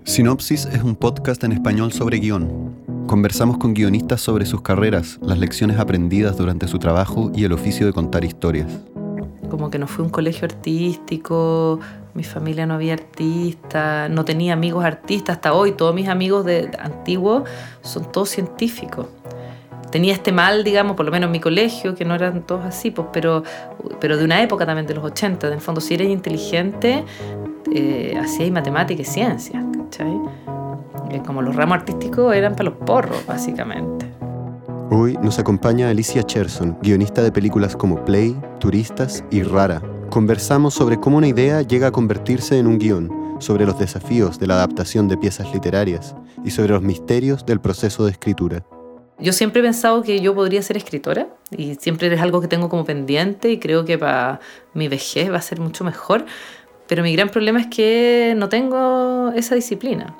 Sinopsis es un podcast en español sobre guión. Conversamos con guionistas sobre sus carreras, las lecciones aprendidas durante su trabajo y el oficio de contar historias. Como que no fui a un colegio artístico, mi familia no había artistas, no tenía amigos artistas. Hasta hoy todos mis amigos antiguos son todos científicos. Tenía este mal, digamos, por lo menos en mi colegio, que no eran todos así, pues, pero de una época también, de los 80. En el fondo, si eres inteligente, hacías matemática y ciencia, ¿cachai? Como los ramos artísticos eran para los porros, básicamente. Hoy nos acompaña Alicia Cherson, guionista de películas como Play, Turistas y Rara. Conversamos sobre cómo una idea llega a convertirse en un guión, sobre los desafíos de la adaptación de piezas literarias y sobre los misterios del proceso de escritura. Yo siempre he pensado que yo podría ser escritora y siempre es algo que tengo como pendiente y creo que para mi vejez va a ser mucho mejor, pero mi gran problema es que no tengo esa disciplina.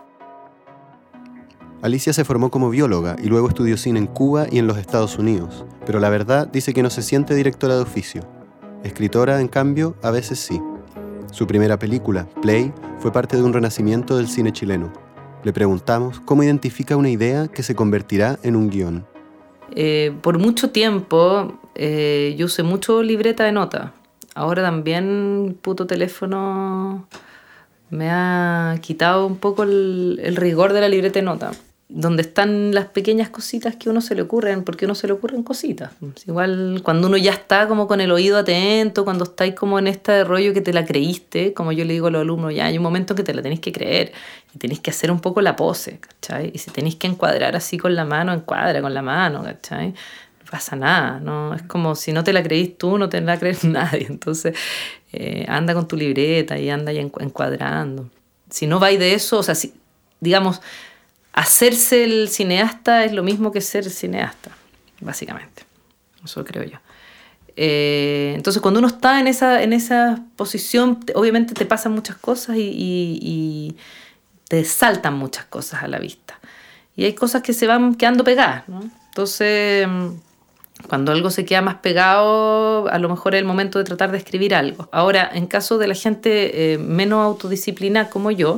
Alicia se formó como bióloga y luego estudió cine en Cuba y en los Estados Unidos, pero la verdad dice que no se siente directora de oficio. Escritora, en cambio, a veces sí. Su primera película, Play, fue parte de un renacimiento del cine chileno. Le preguntamos cómo identifica una idea que se convertirá en un guión. Por mucho tiempo yo usé mucho libreta de nota. Ahora también el puto teléfono me ha quitado un poco el rigor de la libreta de nota, donde están las pequeñas cositas que a uno se le ocurren, porque a uno se le ocurren cositas. Igual cuando uno ya está como con el oído atento, cuando estáis como en este rollo que te la creíste, como yo le digo a los alumnos, ya hay un momento que te la tenéis que creer y tenéis que hacer un poco la pose, ¿cachai? Y si tenéis que encuadrar así con la mano, encuadra con la mano, ¿cachai? No pasa nada, ¿no? Es como si no te la creís tú, no te la crees nadie. Entonces anda con tu libreta y anda ya encuadrando. Si no vais de eso, o sea, si, digamos, hacerse el cineasta es lo mismo que ser cineasta, básicamente. Eso creo yo. Entonces, cuando uno está en esa posición, obviamente te pasan muchas cosas y te saltan muchas cosas a la vista. Y hay cosas que se van quedando pegadas, ¿no? Entonces, cuando algo se queda más pegado, a lo mejor es el momento de tratar de escribir algo. Ahora, en caso de la gente menos autodisciplinada como yo,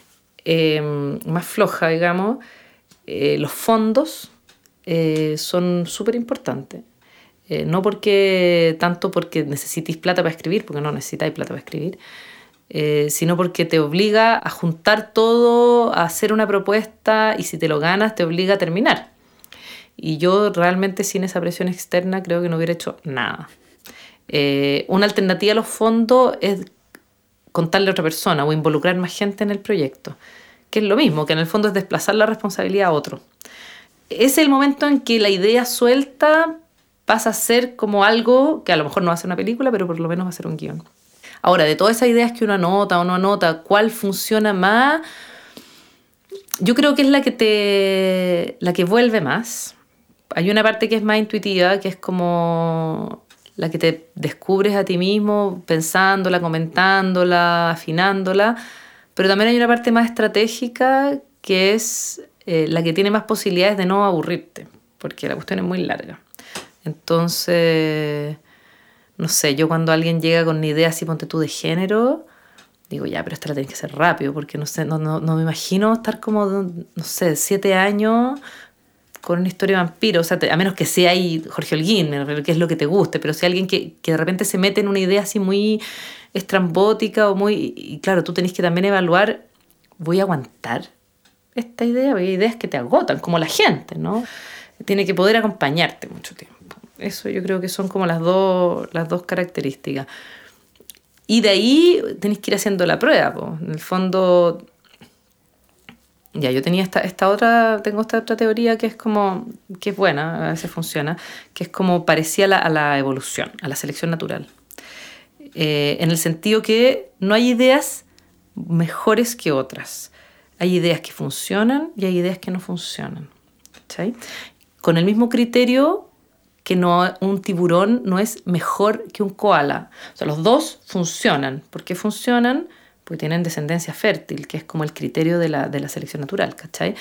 más floja, digamos, los fondos son súper importantes. No tanto porque necesitéis plata para escribir, porque no necesitáis plata para escribir, sino porque te obliga a juntar todo, a hacer una propuesta, y si te lo ganas te obliga a terminar. Y yo realmente sin esa presión externa creo que no hubiera hecho nada. Una alternativa a los fondos es contarle a otra persona o involucrar más gente en el proyecto, que es lo mismo, que en el fondo es desplazar la responsabilidad a otro. Es el momento en que la idea suelta pasa a ser como algo que a lo mejor no va a ser una película, pero por lo menos va a ser un guión. Ahora, de todas esas ideas que uno anota o no anota, ¿cuál funciona más? Yo creo que es la que vuelve más. Hay una parte que es más intuitiva, que es como la que te descubres a ti mismo, pensándola, comentándola, afinándola, pero también hay una parte más estratégica que es la que tiene más posibilidades de no aburrirte, porque la cuestión es muy larga. Entonces, no sé, yo cuando alguien llega con una idea así, ponte tú, de género, digo, ya, pero esta la tenés que hacer rápido, porque no sé, no me imagino estar como, no sé, 7 años con una historia de vampiro, o sea, a menos que sea ahí Jorge Holguín, que es lo que te guste, pero si alguien que de repente se mete en una idea así muy estrambótica o muy... Y claro, tú tenés que también evaluar, ¿voy a aguantar esta idea? Hay ideas que te agotan, como la gente, ¿no? Tiene que poder acompañarte mucho tiempo. Eso yo creo que son como las dos características. Y de ahí tenés que ir haciendo la prueba, po. En el fondo... Ya, yo tenía tengo esta otra teoría que es como, que es buena, a veces funciona, que es como parecía a la evolución, a la selección natural. En el sentido que no hay ideas mejores que otras. Hay ideas que funcionan y hay ideas que no funcionan. ¿Sí? Con el mismo criterio que un tiburón no es mejor que un koala. O sea, los dos funcionan. ¿Por qué funcionan? Porque tienen descendencia fértil, que es como el criterio de la selección natural, ¿cachai?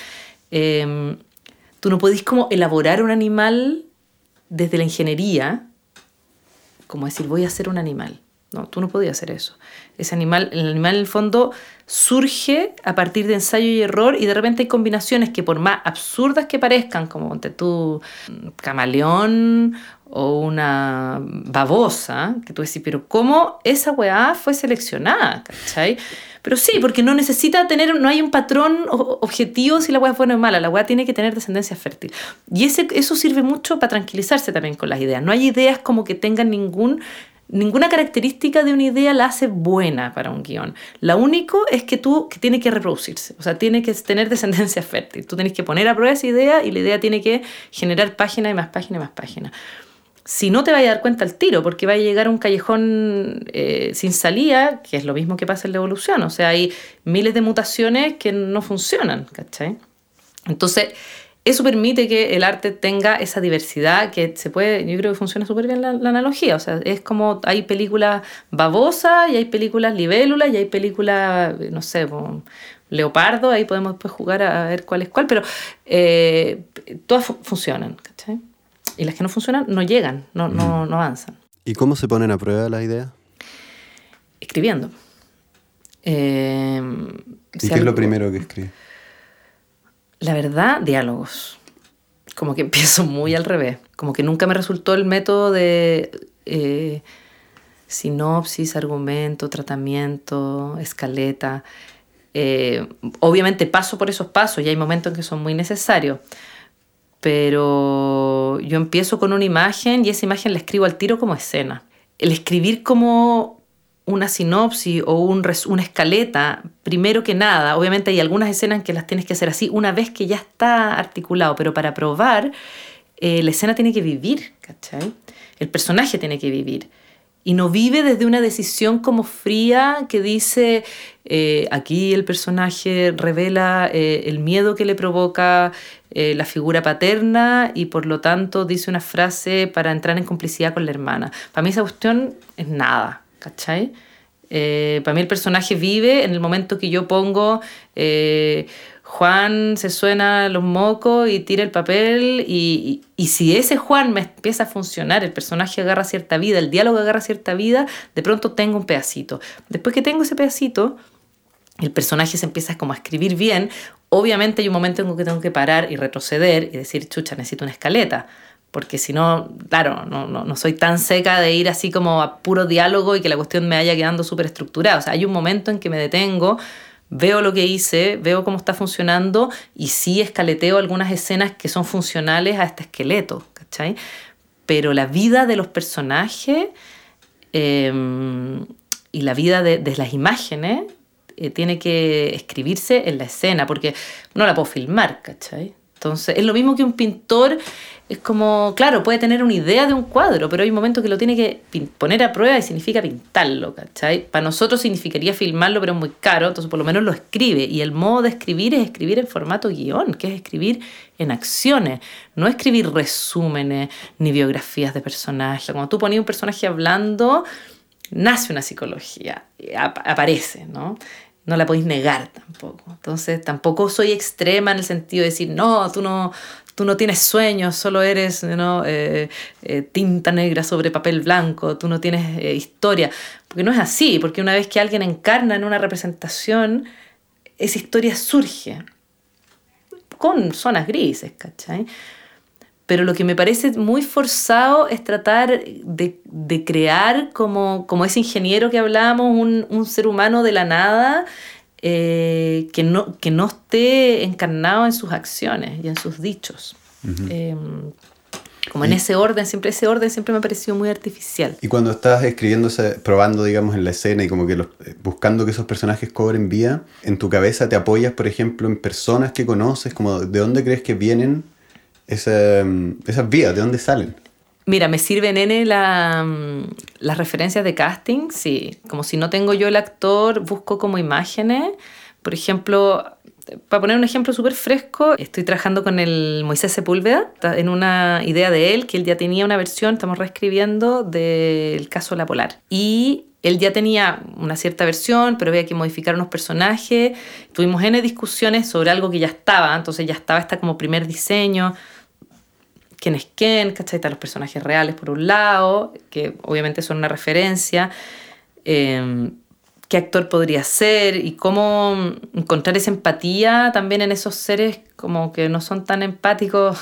Tú no podés como elaborar un animal desde la ingeniería, como decir, voy a hacer un animal. No, tú no podías hacer eso. El animal en el fondo surge a partir de ensayo y error, y de repente hay combinaciones que por más absurdas que parezcan, como ponte tú, camaleón o una babosa, que tú decís, pero ¿cómo esa weá fue seleccionada? ¿Cachai? Pero sí, porque no necesita tener, no hay un patrón objetivo si la weá es buena o mala, la weá tiene que tener descendencia fértil. Y eso sirve mucho para tranquilizarse también con las ideas. No hay ideas como que tengan ninguna característica de una idea la hace buena para un guión. Lo único es que tiene que reproducirse, o sea, tiene que tener descendencia fértil. Tú tienes que poner a prueba esa idea y la idea tiene que generar página y más página y más página. Si no te vas a dar cuenta al tiro, porque va a llegar a un callejón sin salida, que es lo mismo que pasa en la evolución. O sea, hay miles de mutaciones que no funcionan, ¿cachai? Entonces, eso permite que el arte tenga esa diversidad que yo creo que funciona súper bien la analogía. O sea, es como hay películas babosas y hay películas libélulas y hay películas, no sé, leopardo, ahí podemos después jugar a ver cuál es cuál, pero todas funcionan, ¿cachai? Y las que no funcionan no llegan, no avanzan. ¿Y cómo se ponen a prueba las ideas? Escribiendo. ¿Y qué es lo primero que escribes? La verdad, diálogos. Como que empiezo muy al revés. Como que nunca me resultó el método de sinopsis, argumento, tratamiento, escaleta. Obviamente paso por esos pasos y hay momentos en que son muy necesarios. Pero yo empiezo con una imagen y esa imagen la escribo al tiro como escena. El escribir como una sinopsis o una escaleta, primero que nada, obviamente hay algunas escenas en que las tienes que hacer así una vez que ya está articulado, pero para probar, la escena tiene que vivir, ¿cachai? El personaje tiene que vivir. Y no vive desde una decisión como fría que dice, aquí el personaje revela el miedo que le provoca la figura paterna y por lo tanto dice una frase para entrar en complicidad con la hermana. Para mí esa cuestión es nada, ¿cachai? Para mí el personaje vive en el momento que yo pongo Juan se suena los mocos y tira el papel y si ese Juan me empieza a funcionar, el personaje agarra cierta vida, el diálogo agarra cierta vida, de pronto tengo un pedacito. Después que tengo ese pedacito, el personaje se empieza como a escribir bien. Obviamente hay un momento en que tengo que parar y retroceder y decir, chucha, necesito una escaleta. Porque si no, claro, no soy tan seca de ir así como a puro diálogo y que la cuestión me vaya quedando súper estructurada. O sea, hay un momento en que me detengo, veo lo que hice, veo cómo está funcionando y sí escaleteo algunas escenas que son funcionales a este esqueleto, ¿cachai? Pero la vida de los personajes y la vida de las imágenes tiene que escribirse en la escena porque no la puedo filmar, ¿cachai? Entonces, es lo mismo que un pintor, es como, claro, puede tener una idea de un cuadro, pero hay un momento que lo tiene que poner a prueba y significa pintarlo, ¿cachai? Para nosotros significaría filmarlo, pero es muy caro, entonces por lo menos lo escribe. Y el modo de escribir es escribir en formato guión, que es escribir en acciones, no escribir resúmenes ni biografías de personajes. Cuando tú ponías un personaje hablando, nace una psicología, aparece, ¿no? No la podéis negar tampoco. Entonces tampoco soy extrema en el sentido de decir, no, tú no tienes sueños, solo eres tinta negra sobre papel blanco, tú no tienes historia. Porque no es así, porque una vez que alguien encarna en una representación, esa historia surge con zonas grises, ¿cachai? Pero lo que me parece muy forzado es tratar de crear como ese ingeniero que hablábamos, un ser humano de la nada que no esté encarnado en sus acciones y en sus dichos. Uh-huh. Como en ese orden siempre me ha parecido muy artificial. Y cuando estás escribiendo, probando, digamos, en la escena y como que buscando que esos personajes cobren vida, en tu cabeza te apoyas, por ejemplo, en personas que conoces, como ¿de dónde crees que vienen esas vías? ¿De dónde salen? Mira, me sirve, nene, las referencias de casting, sí. Como si no tengo yo el actor, busco como imágenes. Por ejemplo, para poner un ejemplo súper fresco, estoy trabajando con el Moisés Sepúlveda en una idea de él, que él ya tenía una versión, estamos reescribiendo, del caso La Polar. Y él ya tenía una cierta versión, pero había que modificar unos personajes. Tuvimos N discusiones sobre algo que ya estaba, entonces ya estaba como primer diseño. ¿Quién es quién? ¿Cachai? Están los personajes reales por un lado, que obviamente son una referencia. qué actor podría ser y cómo encontrar esa empatía también en esos seres como que no son tan empáticos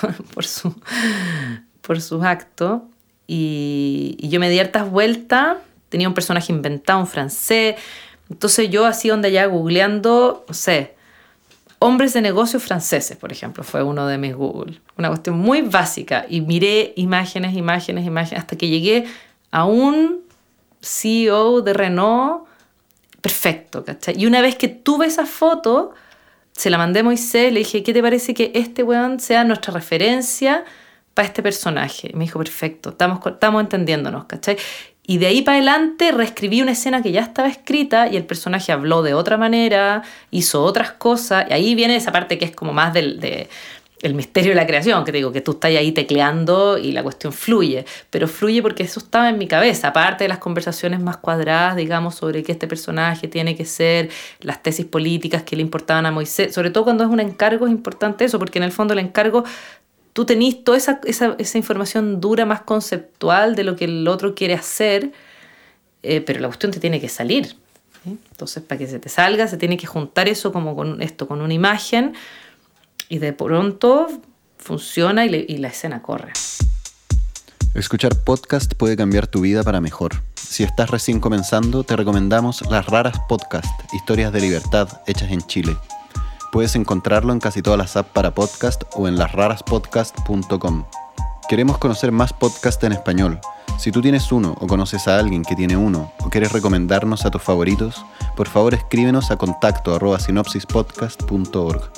por sus actos. Y yo me di hartas vueltas, tenía un personaje inventado, un francés. Entonces yo así donde ya googleando, no sé, hombres de negocios franceses, por ejemplo, fue uno de mis Google. Una cuestión muy básica. Y miré imágenes, hasta que llegué a un CEO de Renault perfecto, ¿cachai? Y una vez que tuve esa foto, se la mandé a Moisés, le dije, ¿qué te parece que este weón sea nuestra referencia para este personaje? Y me dijo, perfecto, estamos entendiéndonos, ¿cachai? Y de ahí para adelante reescribí una escena que ya estaba escrita y el personaje habló de otra manera, hizo otras cosas, y ahí viene esa parte que es como más el misterio de la creación, que te digo, que tú estás ahí tecleando y la cuestión fluye, pero fluye porque eso estaba en mi cabeza, aparte de las conversaciones más cuadradas, digamos, sobre qué este personaje tiene que ser, las tesis políticas que le importaban a Moisés, sobre todo cuando es un encargo es importante eso, porque en el fondo el encargo, tú tenés toda esa información dura, más conceptual de lo que el otro quiere hacer, pero la cuestión te tiene que salir, ¿sí? Entonces, para que se te salga, se tiene que juntar eso como con una imagen, y de pronto funciona y la escena corre. Escuchar podcast puede cambiar tu vida para mejor. Si estás recién comenzando, te recomendamos Las Raras Podcast, historias de libertad hechas en Chile. Puedes encontrarlo en casi todas las apps para podcast o en lasraraspodcast.com. Queremos conocer más podcasts en español. Si tú tienes uno o conoces a alguien que tiene uno o quieres recomendarnos a tus favoritos, por favor escríbenos a contacto@sinopsispodcast.org.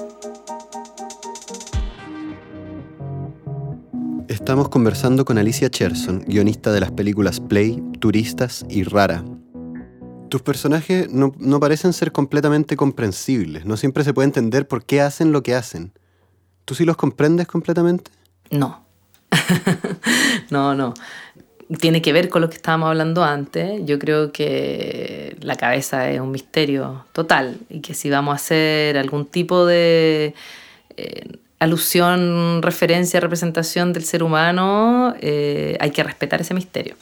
Estamos conversando con Alicia Cherson, guionista de las películas Play, Turistas y Rara. Tus personajes no parecen ser completamente comprensibles. No siempre se puede entender por qué hacen lo que hacen. ¿Tú sí los comprendes completamente? No. No. Tiene que ver con lo que estábamos hablando antes. Yo creo que la cabeza es un misterio total y que si vamos a hacer algún tipo de alusión, referencia, representación del ser humano, hay que respetar ese misterio.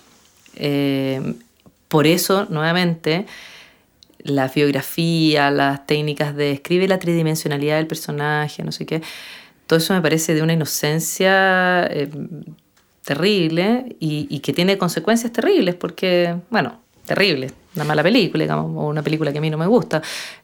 Por eso, nuevamente, la biografía, las técnicas de escribe la tridimensionalidad del personaje, no sé qué, todo eso me parece de una inocencia terrible y que tiene consecuencias terribles porque, bueno, terrible, una mala película, digamos, o una película que a mí no me gusta.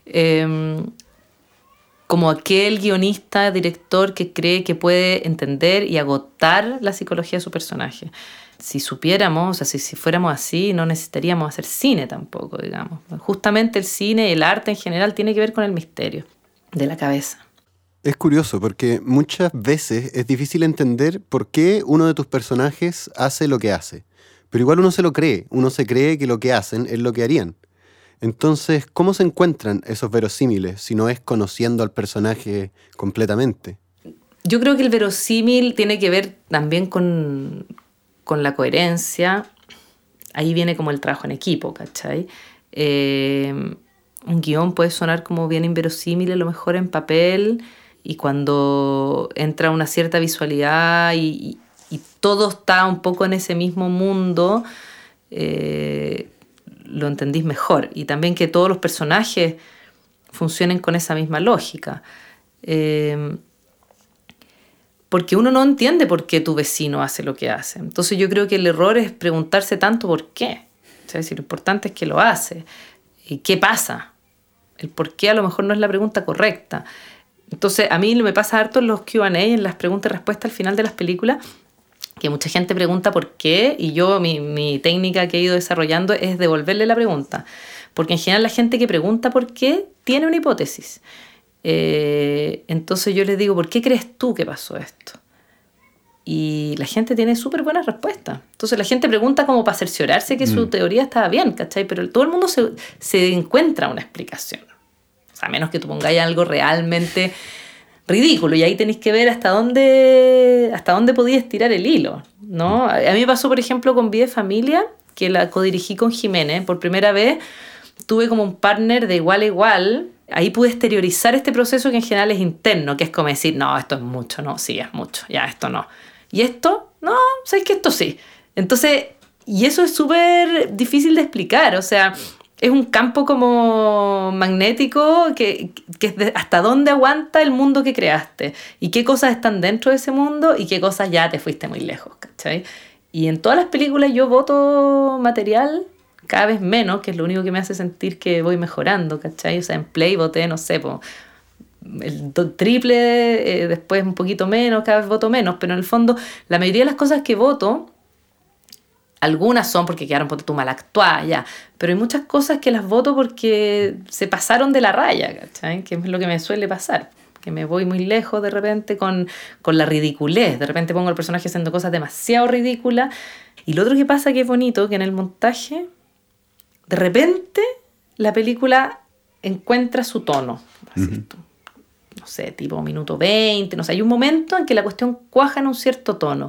Como aquel guionista, director que cree que puede entender y agotar la psicología de su personaje. Si supiéramos, o sea, si fuéramos así, no necesitaríamos hacer cine tampoco, digamos. Justamente el cine, el arte en general, tiene que ver con el misterio de la cabeza. Es curioso porque muchas veces es difícil entender por qué uno de tus personajes hace lo que hace. Pero igual uno se lo cree, uno se cree que lo que hacen es lo que harían. Entonces, ¿cómo se encuentran esos verosímiles si no es conociendo al personaje completamente? Yo creo que el verosímil tiene que ver también con la coherencia. Ahí viene como el trabajo en equipo, ¿cachai? Un guión puede sonar como bien inverosímil a lo mejor en papel y cuando entra una cierta visualidad y todo está un poco en ese mismo mundo, lo entendís mejor. Y también que todos los personajes funcionen con esa misma lógica. Porque uno no entiende por qué tu vecino hace lo que hace. Entonces yo creo que el error es preguntarse tanto por qué. O sea, si lo importante es que lo hace. ¿Y qué pasa? El por qué a lo mejor no es la pregunta correcta. Entonces a mí me pasa harto en los Q&A, en las preguntas y respuestas al final de las películas, que mucha gente pregunta por qué, y yo mi técnica que he ido desarrollando es devolverle la pregunta. Porque en general la gente que pregunta por qué tiene una hipótesis. Entonces yo les digo, ¿por qué crees tú que pasó esto? Y la gente tiene súper buenas respuestas. Entonces la gente pregunta como para cerciorarse que su teoría estaba bien, ¿cachai? Pero todo el mundo se encuentra una explicación. O sea, a menos que tú pongáis algo realmente ridículo, y ahí tenéis que ver hasta dónde podías estirar el hilo, ¿no? A mí me pasó, por ejemplo, con Vida de Familia, que la codirigí con Jiménez. Por primera vez tuve como un partner de igual a igual. Ahí pude exteriorizar este proceso que en general es interno, que es como decir, no, esto es mucho, no, sí, es mucho, ya, esto no. ¿Y esto? No, ¿sabes que esto sí? Entonces, Y eso es súper difícil de explicar, o sea, es un campo como magnético que es hasta dónde aguanta el mundo que creaste y qué cosas están dentro de ese mundo y qué cosas ya te fuiste muy lejos, ¿cachai? Y en todas las películas yo voto material cada vez menos, que es lo único que me hace sentir que voy mejorando, ¿cachai? O sea, en Play voté, no sé, el triple, después un poquito menos, cada vez voto menos, pero en el fondo la mayoría de las cosas que voto, algunas son porque quedaron por tu mal actuadas, ya, pero hay muchas cosas que las voto porque se pasaron de la raya, ¿cachai? Que es lo que me suele pasar, que me voy muy lejos de repente con la ridiculez, de repente pongo al personaje haciendo cosas demasiado ridículas, y lo otro que pasa que es bonito, que en el montaje, de repente la película encuentra su tono, así, no sé, tipo minuto 20, no sé, hay un momento en que la cuestión cuaja en un cierto tono.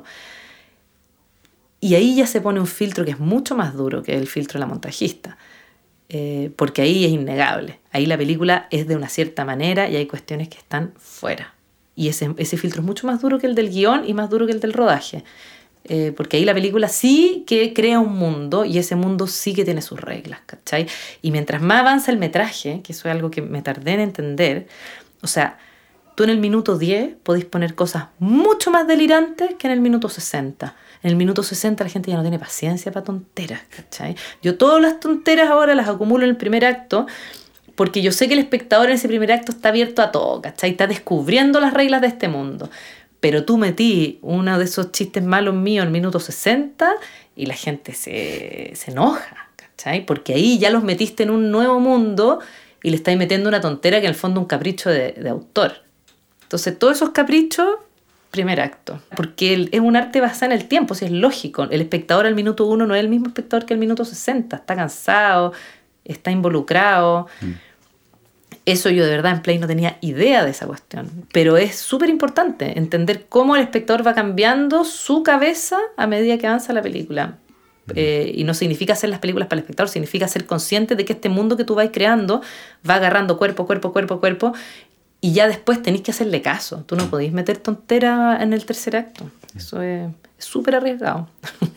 Y ahí ya se pone un filtro que es mucho más duro que el filtro de la montajista, porque ahí es innegable. Ahí la película es de una cierta manera y hay cuestiones que están fuera. Y ese filtro es mucho más duro que el del guión y más duro que el del rodaje. Porque ahí la película sí que crea un mundo y ese mundo sí que tiene sus reglas, ¿cachai? Y mientras más avanza el metraje, que eso es algo que me tardé en entender, o sea, tú en el minuto 10 podés poner cosas mucho más delirantes que en el minuto 60. En el minuto 60 la gente ya no tiene paciencia para tonteras, ¿cachai? Yo todas las tonteras ahora las acumulo en el primer acto porque yo sé que el espectador en ese primer acto está abierto a todo, ¿cachai? Está descubriendo las reglas de este mundo. Pero tú metí uno de esos chistes malos míos en el minuto 60 y la gente se enoja, ¿cachai? Porque ahí ya los metiste en un nuevo mundo y le estáis metiendo una tontera que en el fondo es un capricho de autor. Entonces todos esos caprichos, primer acto. Porque es un arte basado en el tiempo, o sea, es lógico. El espectador al minuto 1 no es el mismo espectador que al minuto 60. Está cansado, está involucrado. Eso yo de verdad en Play no tenía idea de esa cuestión. Pero es súper importante entender cómo el espectador va cambiando su cabeza a medida que avanza la película. Y no significa hacer las películas para el espectador, significa ser consciente de que este mundo que tú vas creando va agarrando cuerpo, y ya después tenéis que hacerle caso. Tú no podéis meter tontera en el tercer acto. Eso es súper arriesgado.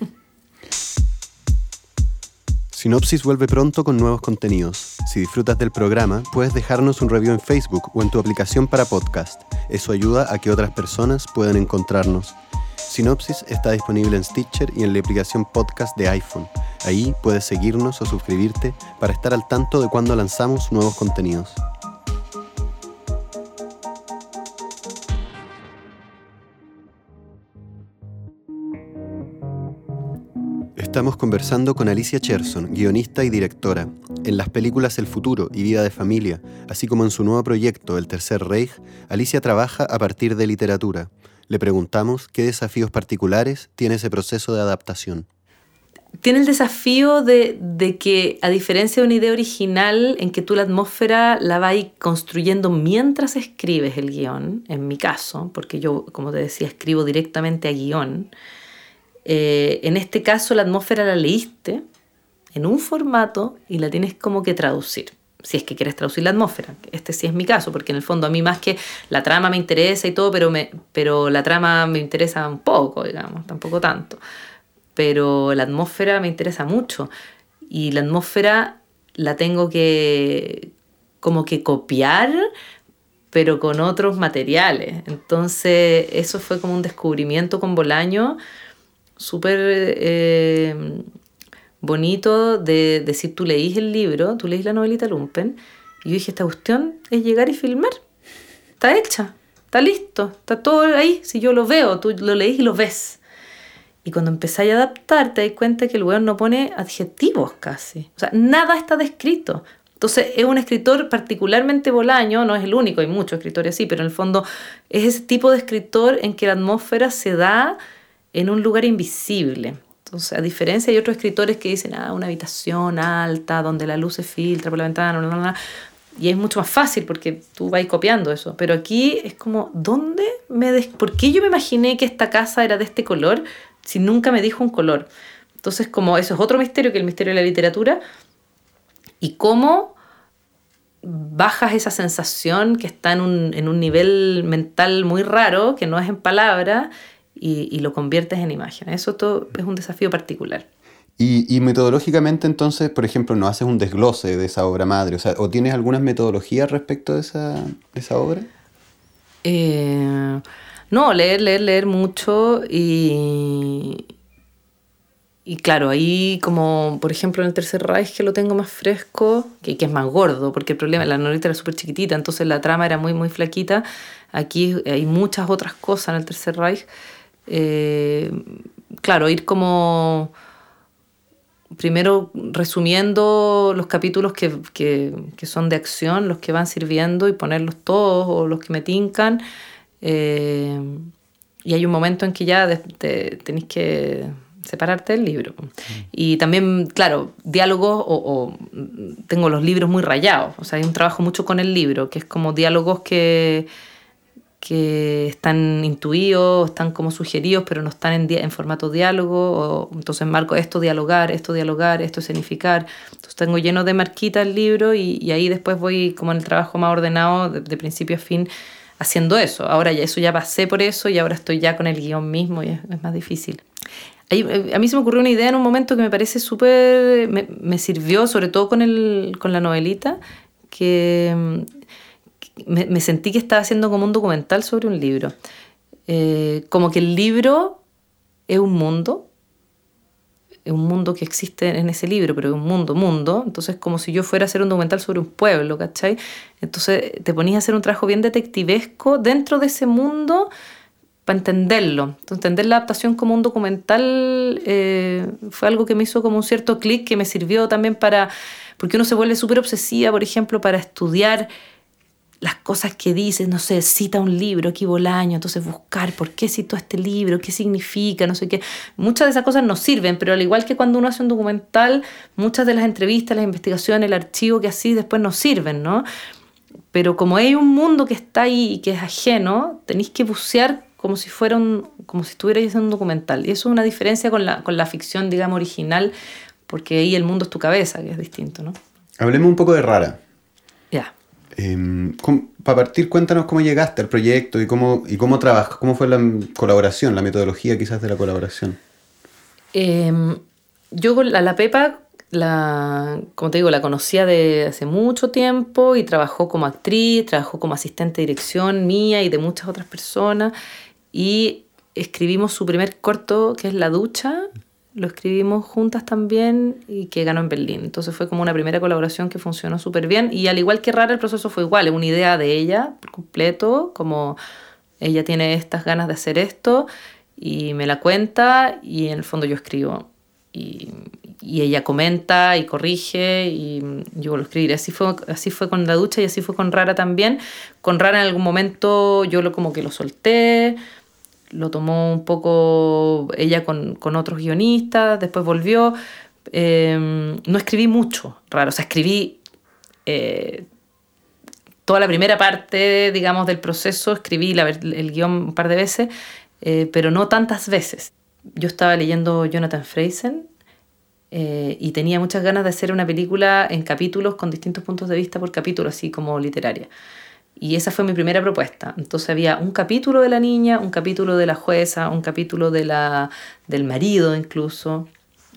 Sinopsis vuelve pronto con nuevos contenidos. Si disfrutas del programa, puedes dejarnos un review en Facebook o en tu aplicación para podcast. Eso ayuda a que otras personas puedan encontrarnos. Sinopsis está disponible en Stitcher y en la aplicación podcast de iPhone. Ahí puedes seguirnos o suscribirte para estar al tanto de cuando lanzamos nuevos contenidos. Estamos conversando con Alicia Cherson, guionista y directora. En las películas El futuro y Vida de familia, así como en su nuevo proyecto El tercer Reich, Alicia trabaja a partir de literatura. Le preguntamos qué desafíos particulares tiene ese proceso de adaptación. Tiene el desafío de que, a diferencia de una idea original en que tú la atmósfera la vas construyendo mientras escribes el guión, en mi caso, porque yo, como te decía, escribo directamente a guión, en este caso la atmósfera la leíste en un formato y la tienes como que traducir, si es que quieres traducir la atmósfera. Este sí es mi caso, porque en el fondo a mí más que la trama me interesa y todo, pero la trama me interesa un poco, digamos, tampoco tanto. Pero la atmósfera me interesa mucho y la atmósfera la tengo que como que copiar, pero con otros materiales. Entonces eso fue como un descubrimiento con Bolaño súper bonito de decir, tú leís el libro, tú leís la novelita Lumpen, y yo dije, esta cuestión es llegar y filmar. Está hecha, está listo, está todo ahí. Si yo lo veo, tú lo leís y lo ves. Y cuando empezáis a adaptar, te das cuenta que el weón no pone adjetivos casi. O sea, nada está descrito. Entonces, es un escritor particularmente Bolaño, no es el único, hay muchos escritores así, pero en el fondo es ese tipo de escritor en que la atmósfera se da en un lugar invisible. Entonces, a diferencia de otros escritores que dicen, una habitación alta, donde la luz se filtra por la ventana, bla, bla, bla, y es mucho más fácil porque tú vas copiando eso. Pero aquí es como, ¿por qué yo me imaginé que esta casa era de este color si nunca me dijo un color? Entonces, como eso es otro misterio que el misterio de la literatura, y cómo bajas esa sensación que está en un nivel mental muy raro, que no es en palabras, y lo conviertes en imagen. Eso todo es un desafío particular. Y metodológicamente, entonces, por ejemplo, ¿no haces un desglose de esa obra madre? O sea, ¿o tienes algunas metodologías respecto de esa obra? Eh, no, leer mucho y claro, ahí como por ejemplo en el Tercer Reich que lo tengo más fresco, que es más gordo, porque el problema, la novela era súper chiquitita, entonces la trama era muy, muy flaquita. Aquí hay muchas otras cosas en el Tercer Reich. Eh, claro, ir como primero resumiendo los capítulos que son de acción, los que van sirviendo y ponerlos todos o los que me tincan. Eh, y hay un momento en que ya tenés que separarte del libro. Y también, claro, diálogos tengo los libros muy rayados. O sea, hay un trabajo mucho con el libro, que es como diálogos que están intuidos, están como sugeridos, pero no están en formato diálogo. Entonces marco esto dialogar, esto escenificar. Entonces tengo lleno de marquitas el libro y ahí después voy como en el trabajo más ordenado, de principio a fin, haciendo eso. Ahora ya pasé por eso y ahora estoy ya con el guión mismo y es más difícil. A mí se me ocurrió una idea en un momento que me parece súper... Me sirvió, sobre todo con la novelita, que me sentí que estaba haciendo como un documental sobre un libro. Como que el libro es un mundo que existe en ese libro, pero es un mundo. Entonces, como si yo fuera a hacer un documental sobre un pueblo, ¿cachai? Entonces, te ponías a hacer un trabajo bien detectivesco dentro de ese mundo para entenderlo. Entonces, entender la adaptación como un documental fue algo que me hizo como un cierto clic, que me sirvió también porque uno se vuelve súper obsesiva, por ejemplo, para estudiar las cosas que dices, no sé, cita un libro, aquí Bolaño, entonces buscar por qué citó este libro, qué significa, no sé qué. Muchas de esas cosas nos sirven, pero al igual que cuando uno hace un documental, muchas de las entrevistas, las investigaciones, el archivo que así después nos sirven, ¿no? Pero como hay un mundo que está ahí y que es ajeno, tenéis que bucear como si estuvierais haciendo un documental. Y eso es una diferencia con la ficción, digamos, original, porque ahí el mundo es tu cabeza, que es distinto, ¿no? Hablemos un poco de Rara. Ya. Para partir, cuéntanos cómo llegaste al proyecto y cómo trabajas, cómo fue la colaboración, la metodología quizás de la colaboración. Yo con la Pepa, como te digo, la conocía de hace mucho tiempo y trabajó como actriz, trabajó como asistente de dirección mía y de muchas otras personas. Y escribimos su primer corto, que es La Ducha. Lo escribimos juntas también y que ganó en Berlín. Entonces fue como una primera colaboración que funcionó súper bien. Y al igual que Rara, el proceso fue igual. Es una idea de ella por completo, como ella tiene estas ganas de hacer esto y me la cuenta y en el fondo yo escribo. Y ella comenta y corrige y yo lo escribiré. Así fue con La Ducha y así fue con Rara también. Con Rara en algún momento yo como que lo solté, lo tomó un poco ella con otros guionistas, después volvió. No escribí mucho, Raro, o sea, escribí toda la primera parte, digamos, del proceso, escribí el guión un par de veces, pero no tantas veces. Yo estaba leyendo Jonathan Franzen y tenía muchas ganas de hacer una película en capítulos con distintos puntos de vista por capítulo, así como literaria. Y esa fue mi primera propuesta. Entonces había un capítulo de la niña, un capítulo de la jueza, un capítulo del marido incluso.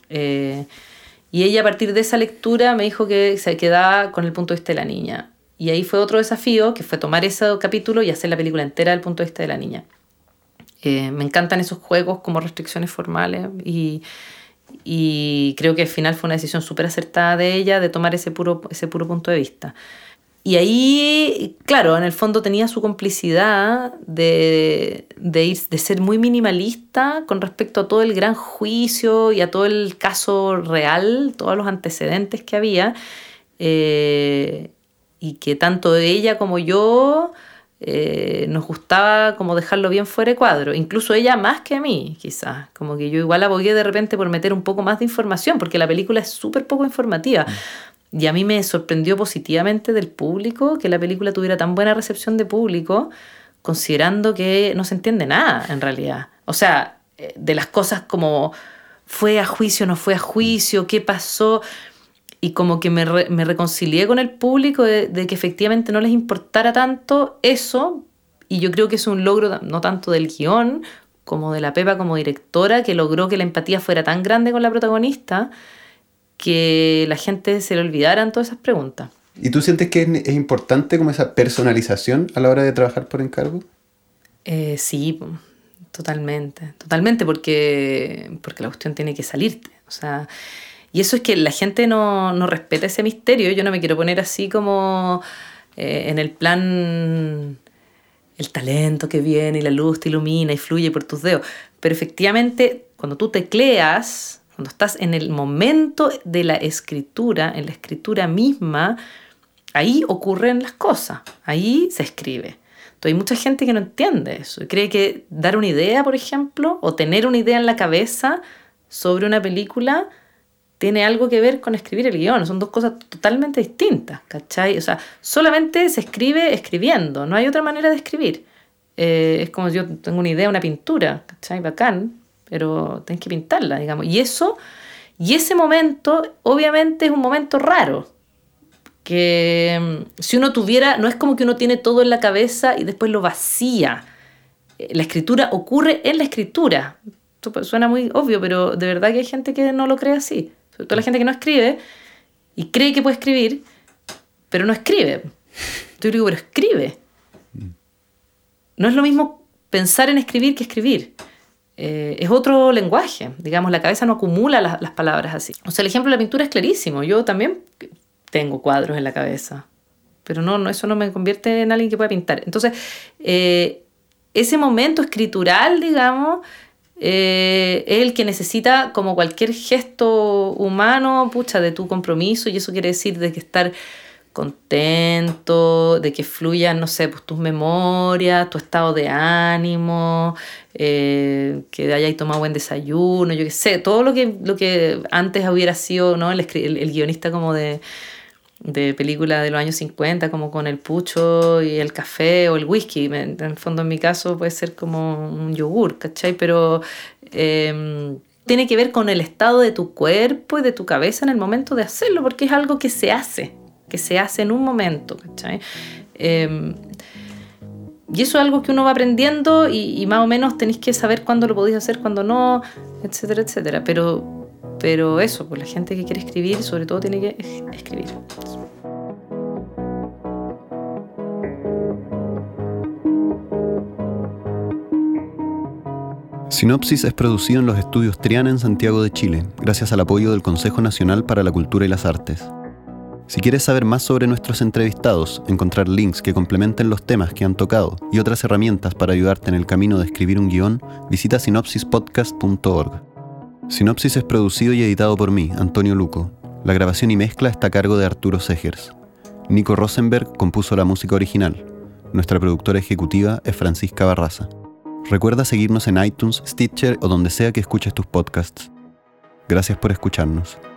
Y ella a partir de esa lectura me dijo que se quedaba con el punto de vista de la niña. Y ahí fue otro desafío, que fue tomar ese capítulo y hacer la película entera del punto de vista de la niña. Me encantan esos juegos como restricciones formales y creo que al final fue una decisión súper acertada de ella de tomar ese puro punto de vista. Y ahí, claro, en el fondo tenía su complicidad de ser muy minimalista con respecto a todo el gran juicio y a todo el caso real, todos los antecedentes que había, y que tanto ella como yo nos gustaba como dejarlo bien fuera de cuadro. Incluso ella más que a mí, quizás. Como que yo igual abogué de repente por meter un poco más de información, porque la película es súper poco informativa. Y a mí me sorprendió positivamente del público que la película tuviera tan buena recepción de público, considerando que no se entiende nada en realidad. O sea, de las cosas como fue a juicio, no fue a juicio, qué pasó. Y como que me reconcilié con el público de que efectivamente no les importara tanto eso. Y yo creo que es un logro no tanto del guión como de la Pepa como directora, que logró que la empatía fuera tan grande con la protagonista que la gente se le olvidaran todas esas preguntas. ¿Y tú sientes que es importante como esa personalización a la hora de trabajar por encargo? Sí, totalmente, porque la cuestión tiene que salirte. O sea, y eso es que la gente no respeta ese misterio. Yo no me quiero poner así como en el plan el talento que viene y la luz te ilumina y fluye por tus dedos. Pero efectivamente, cuando tú tecleas, cuando estás en el momento de la escritura, en la escritura misma, ahí ocurren las cosas, ahí se escribe. Entonces hay mucha gente que no entiende eso y cree que dar una idea, por ejemplo, o tener una idea en la cabeza sobre una película tiene algo que ver con escribir el guión. Son dos cosas totalmente distintas, ¿cachai? O sea, solamente se escribe escribiendo, no hay otra manera de escribir. Es como si yo tengo una idea, una pintura, ¿cachai? Bacán, pero tenés que pintarla, digamos. Y ese momento, obviamente, es un momento raro. Que si uno tuviera, no es como que uno tiene todo en la cabeza y después lo vacía. La escritura ocurre en la escritura. Esto suena muy obvio, pero de verdad que hay gente que no lo cree así. Sobre todo la gente que no escribe y cree que puede escribir, pero no escribe. Yo digo, pero escribe. No es lo mismo pensar en escribir que escribir. Es otro lenguaje. Digamos, la cabeza no acumula las palabras así. O sea, el ejemplo de la pintura es clarísimo. Yo también tengo cuadros en la cabeza, pero no, eso no me convierte en alguien que pueda pintar. Entonces, ese momento escritural, digamos, es el que necesita, como cualquier gesto humano, de tu compromiso, y eso quiere decir de que estar contento, de que fluyan, no sé, pues tus memorias, tu estado de ánimo, que hayáis tomado buen desayuno, yo qué sé, todo lo que antes hubiera sido, ¿no? el guionista como de películas de los años 50, como con el pucho y el café o el whisky. En el fondo, en mi caso, puede ser como un yogur, ¿cachai? Pero tiene que ver con el estado de tu cuerpo y de tu cabeza en el momento de hacerlo, porque es algo que se hace en un momento, ¿cachai? Y eso es algo que uno va aprendiendo y más o menos tenéis que saber cuándo lo podéis hacer, cuándo no, etcétera, etcétera. Pero eso, pues la gente que quiere escribir, sobre todo tiene que escribir. Sinopsis es producido en los estudios Triana en Santiago de Chile, gracias al apoyo del Consejo Nacional para la Cultura y las Artes. Si quieres saber más sobre nuestros entrevistados, encontrar links que complementen los temas que han tocado y otras herramientas para ayudarte en el camino de escribir un guión, visita sinopsispodcast.org. Sinopsis es producido y editado por mí, Antonio Luco. La grabación y mezcla está a cargo de Arturo Segers. Nico Rosenberg compuso la música original. Nuestra productora ejecutiva es Francisca Barraza. Recuerda seguirnos en iTunes, Stitcher o donde sea que escuches tus podcasts. Gracias por escucharnos.